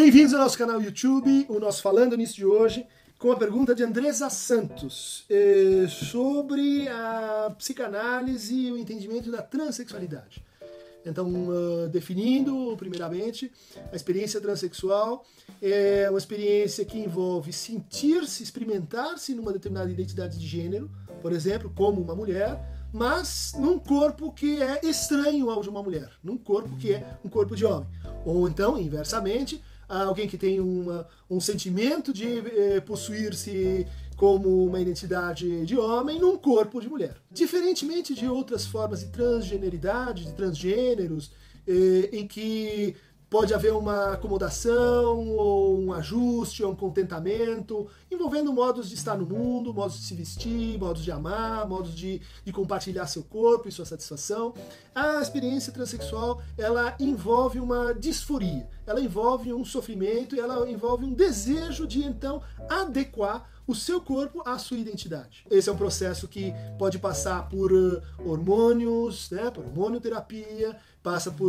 Bem-vindos ao nosso canal YouTube, o nosso Falando Nisso de hoje, com a pergunta de Andresa Santos sobre a psicanálise e o entendimento da transexualidade. Então, definindo, primeiramente, a experiência transexual é uma experiência que envolve sentir-se, experimentar-se numa determinada identidade de gênero, por exemplo, como uma mulher, mas num corpo que é estranho ao de uma mulher, num corpo que é um corpo de homem. Ou então, inversamente, alguém que tem um sentimento de possuir-se como uma identidade de homem num corpo de mulher. Diferentemente de outras formas de transgeneridade, de transgêneros, em que pode haver uma acomodação, ou um ajuste, ou um contentamento, envolvendo modos de estar no mundo, modos de se vestir, modos de amar, modos de compartilhar seu corpo e sua satisfação. A experiência transexual, ela envolve uma disforia, ela envolve um sofrimento, ela envolve um desejo de, então, adequar o seu corpo à sua identidade. Esse é um processo que pode passar por hormônios, né, por hormonioterapia, passa por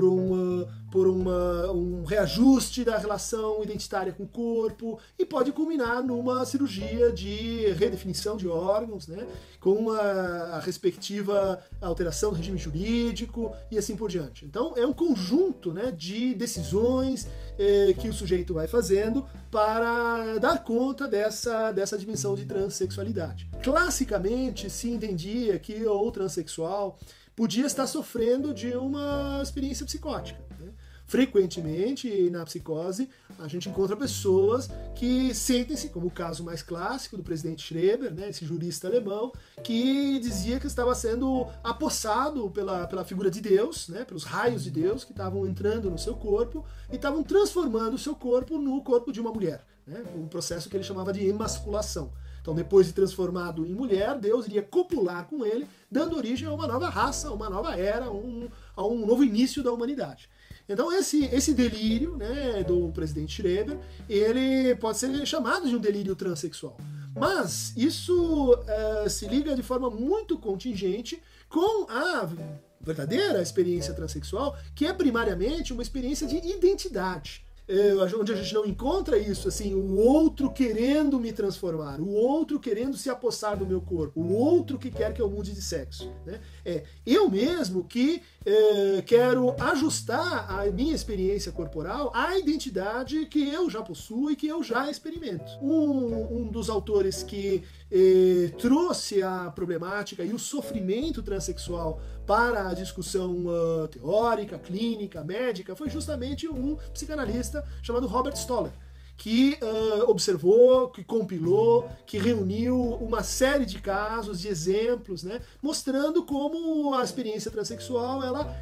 um reajuste da relação identitária com o corpo e pode culminar numa cirurgia de redefinição de órgãos, né, com a respectiva alteração do regime jurídico e assim por diante. Então é um conjunto, né, de decisões que o sujeito vai fazendo para dar conta dessa dimensão de transexualidade. Classicamente se entendia que o transexual podia estar sofrendo de uma experiência psicótica, né? Frequentemente, na psicose, a gente encontra pessoas que sentem-se, como o caso mais clássico do presidente Schreber, né, esse jurista alemão, que dizia que estava sendo apossado pela figura de Deus, né, pelos raios de Deus que estavam entrando no seu corpo e estavam transformando o seu corpo no corpo de uma mulher, né, um processo que ele chamava de emasculação. Então, depois de transformado em mulher, Deus iria copular com ele, dando origem a uma nova raça, a uma nova era, a um novo início da humanidade. Então, esse delírio, né, do presidente Schreber, ele pode ser chamado de um delírio transexual. Mas isso se liga de forma muito contingente com a verdadeira experiência transexual, que é primariamente uma experiência de identidade. Onde a gente não encontra isso, assim, o outro querendo me transformar, o outro querendo se apossar do meu corpo, o outro que quer que eu mude de sexo, né? É eu mesmo que quero ajustar a minha experiência corporal à identidade que eu já possuo e que eu já experimento. Um dos autores que trouxe a problemática e o sofrimento transexual para a discussão teórica, clínica, médica, foi justamente um psicanalista chamado Robert Stoller, que observou, que compilou, que reuniu uma série de casos, de exemplos, né, mostrando como a experiência transexual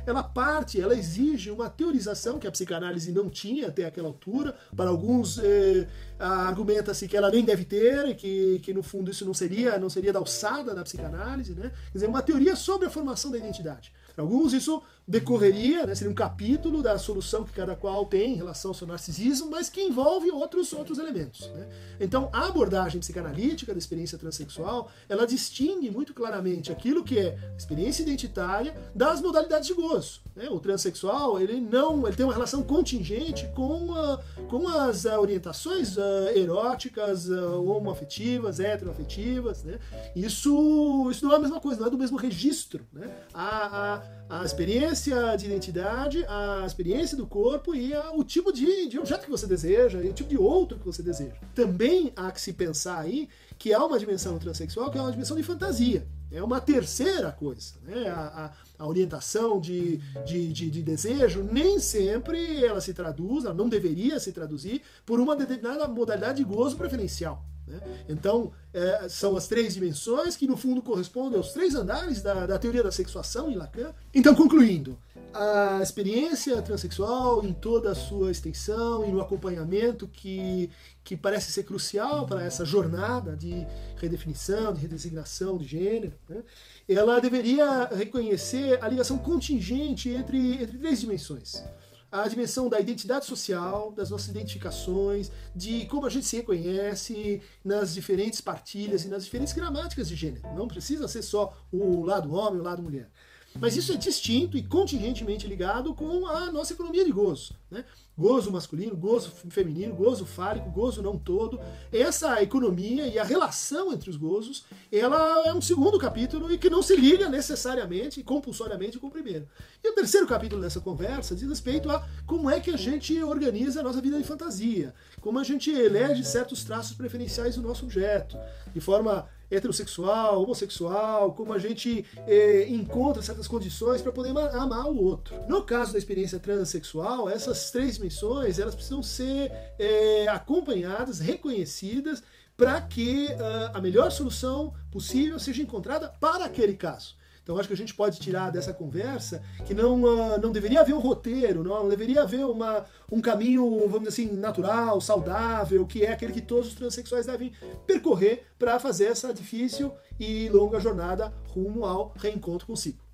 ela exige uma teorização que a psicanálise não tinha até aquela altura. Para alguns argumenta-se que ela nem deve ter e que no fundo isso não seria da alçada da psicanálise, né? Quer dizer, uma teoria sobre a formação da identidade. Para alguns isso decorreria, né, seria um capítulo da solução que cada qual tem em relação ao seu narcisismo, mas que envolve outros elementos, né? Então, a abordagem psicanalítica da experiência transexual, ela distingue muito claramente aquilo que é experiência identitária das modalidades de gozo, né? O transexual, ele tem uma relação contingente com as orientações eróticas, homoafetivas, heteroafetivas, né? Isso não é a mesma coisa, não é do mesmo registro, né? A experiência de identidade, a experiência do corpo e o tipo de objeto que você deseja e o tipo de outro que você deseja. Também há que se pensar aí que há uma dimensão transexual que é uma dimensão de fantasia. É uma terceira coisa, né? A orientação de desejo nem sempre ela se traduz, ela não deveria se traduzir por uma determinada modalidade de gozo preferencial, né? Então, são as três dimensões que no fundo correspondem aos três andares da teoria da sexuação em Lacan. Então, concluindo, a experiência transexual em toda a sua extensão e no acompanhamento que parece ser crucial para essa jornada de redefinição, de redesignação de gênero, né, ela deveria reconhecer a ligação contingente entre três dimensões. A dimensão da identidade social, das nossas identificações, de como a gente se reconhece nas diferentes partilhas e nas diferentes gramáticas de gênero. Não precisa ser só o lado homem e o lado mulher. Mas isso é distinto e contingentemente ligado com a nossa economia de gozo, né? Gozo masculino, gozo feminino, gozo fálico, gozo não todo. Essa economia e a relação entre os gozos, ela é um segundo capítulo e que não se liga necessariamente e compulsoriamente com o primeiro. E o terceiro capítulo dessa conversa diz respeito a como é que a gente organiza a nossa vida de fantasia, como a gente elege certos traços preferenciais do nosso objeto, de forma heterossexual, homossexual, como a gente encontra certas condições para poder amar o outro. No caso da experiência transexual, essas três dimensões elas precisam ser acompanhadas, reconhecidas, para que a melhor solução possível seja encontrada para aquele caso. Então acho que a gente pode tirar dessa conversa que não deveria haver um roteiro, não deveria haver um caminho, vamos dizer assim, natural, saudável, que é aquele que todos os transexuais devem percorrer para fazer essa difícil e longa jornada rumo ao reencontro consigo.